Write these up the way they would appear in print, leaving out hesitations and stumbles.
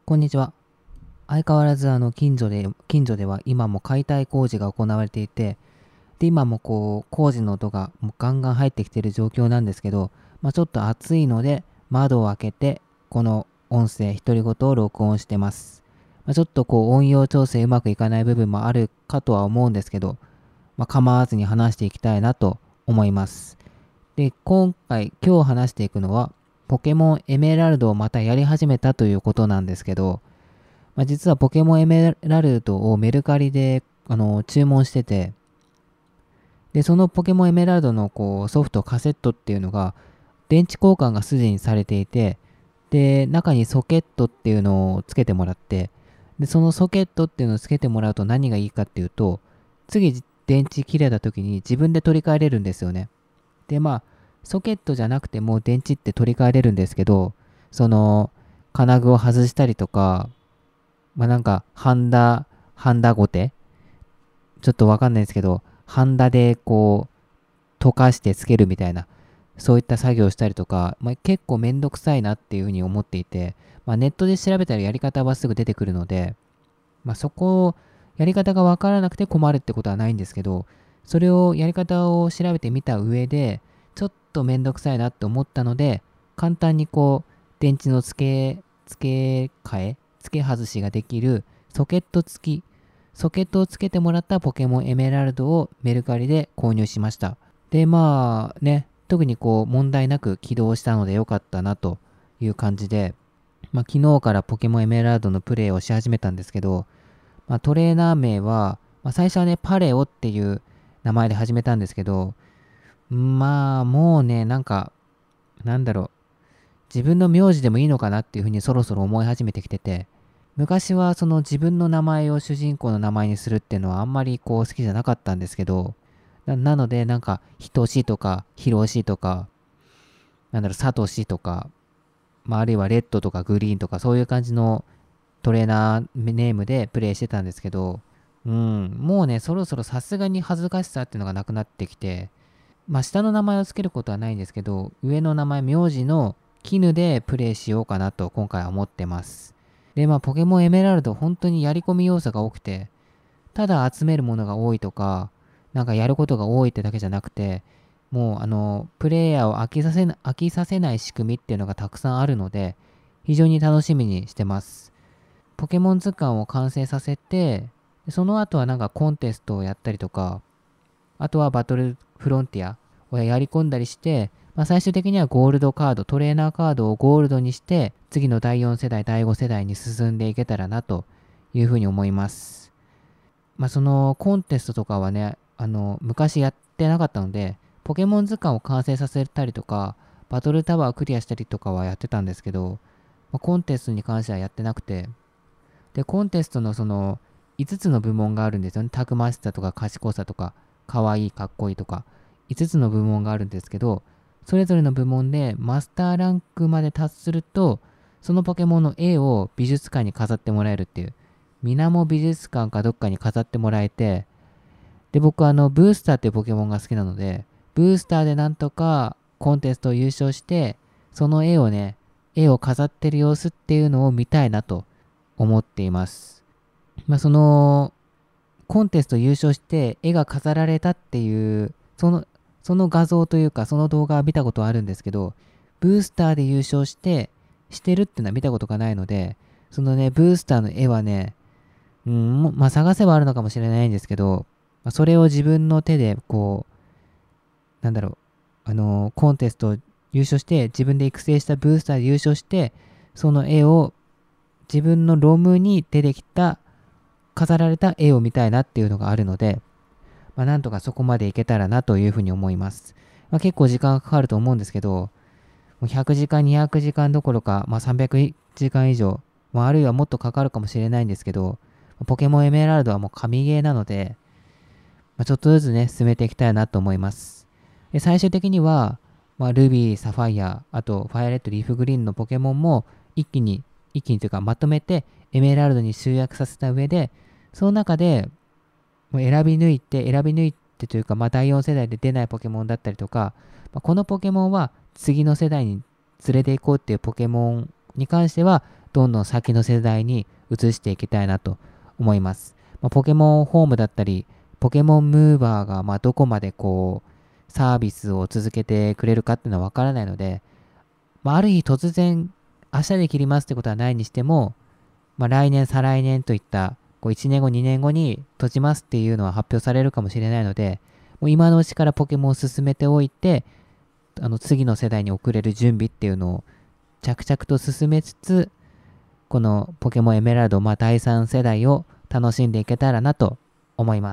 こんにちは。相変わらず近所では今も解体工事が行われていて、で、今も工事の音がもうガンガン入ってきている状況なんですけど、ちょっと暑いので窓を開けて、この音声、独り言を録音してます。ちょっと音量調整うまくいかない部分もあるかとは思うんですけど、構わずに話していきたいなと思います。で、今日話していくのは、ポケモンエメラルドをまたやり始めたということなんですけど、実はポケモンエメラルドをメルカリで注文してて、で、そのポケモンエメラルドのソフト、カセットっていうのが、電池交換がすでにされていて、で、中にソケットっていうのをつけてもらって、で、そのソケットっていうのをつけてもらうと何がいいかっていうと、次電池切れた時に自分で取り替えれるんですよね。で、ソケットじゃなくても電池って取り替えれるんですけど、その、金具を外したりとか、なんか、ハンダゴテちょっとわかんないですけど、ハンダで溶かしてつけるみたいな、そういった作業をしたりとか、結構めんどくさいなっていうふうに思っていて、ネットで調べたらやり方はすぐ出てくるので、そこを、やり方がわからなくて困るってことはないんですけど、それをやり方を調べてみた上で、ちょっとめんどくさいなって思ったので、簡単に電池の付け外しができるソケットをつけてもらったポケモンエメラルドをメルカリで購入しました。で、特に問題なく起動したので良かったなという感じで、昨日からポケモンエメラルドのプレイをし始めたんですけど、トレーナー名は、最初はね、パレオっていう名前で始めたんですけど、もうね、なんだろう、自分の名字でもいいのかなっていうふうにそろそろ思い始めてきてて、昔はその自分の名前を主人公の名前にするっていうのはあんまり好きじゃなかったんですけど、なのでひとしとか、ひろしとか、さとしとか、あるいはレッドとかグリーンとかそういう感じのトレーナーネームでプレイしてたんですけど、もうね、そろそろさすがに恥ずかしさっていうのがなくなってきて、下の名前を付けることはないんですけど、上の名前、名字の絹でプレイしようかなと今回は思ってます。で、ポケモンエメラルド、本当にやり込み要素が多くて、ただ集めるものが多いとか、やることが多いってだけじゃなくて、もうプレイヤーを飽きさせない仕組みっていうのがたくさんあるので、非常に楽しみにしてます。ポケモン図鑑を完成させて、その後はコンテストをやったりとか、あとはバトルフロンティアをやり込んだりして、最終的にはゴールドカード、トレーナーカードをゴールドにして、次の第4世代、第5世代に進んでいけたらなというふうに思います。そのコンテストとかはね、昔やってなかったので、ポケモン図鑑を完成させたりとか、バトルタワーをクリアしたりとかはやってたんですけど、コンテストに関してはやってなくて、で、コンテストのその5つの部門があるんですよね。たくましさとか賢さとか、かわいい、かっこいいとか、5つの部門があるんですけど、それぞれの部門でマスターランクまで達すると、そのポケモンの絵を美術館に飾ってもらえるっていう、水面美術館かどっかに飾ってもらえて、で、僕はブースターっていうポケモンが好きなので、ブースターでなんとかコンテストを優勝して、その絵を飾ってる様子っていうのを見たいなと思っています。そのコンテスト優勝して絵が飾られたっていう、その画像というか、その動画は見たことはあるんですけど、ブースターで優勝してるってのは見たことがないので、そのね、ブースターの絵はね、探せばあるのかもしれないんですけど、それを自分の手で、なんだろコンテストを優勝して、自分で育成したブースターで優勝して、その絵を自分のロムに出てきた飾られた絵を見たいなっていうのがあるので、なんとかそこまでいけたらなというふうに思います。結構時間がかかると思うんですけど、もう100時間、200時間どころか、300時間以上、あるいはもっとかかるかもしれないんですけど、ポケモンエメラルドはもう神ゲーなので、ちょっとずつね、進めていきたいなと思います。で、最終的には、ルビー、サファイア、あと、ファイアレッド、リーフグリーンのポケモンも一気にというかまとめてエメラルドに集約させた上で、その中でもう選び抜いてというか、第4世代で出ないポケモンだったりとか、このポケモンは次の世代に連れて行こうっていうポケモンに関してはどんどん先の世代に移していきたいなと思います。ポケモンホームだったり、ポケモンムーバーがどこまでサービスを続けてくれるかっていうのはわからないので、ある日突然明日で切りますってことはないにしても、来年、再来年といった1年後、2年後に閉じますっていうのは発表されるかもしれないので、もう今のうちからポケモンを進めておいて、次の世代に送れる準備っていうのを着々と進めつつ、このポケモンエメラルド、第3世代を楽しんでいけたらなと思います。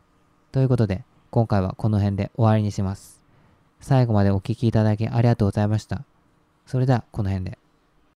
ということで、今回はこの辺で終わりにします。最後までお聞きいただきありがとうございました。それではこの辺で。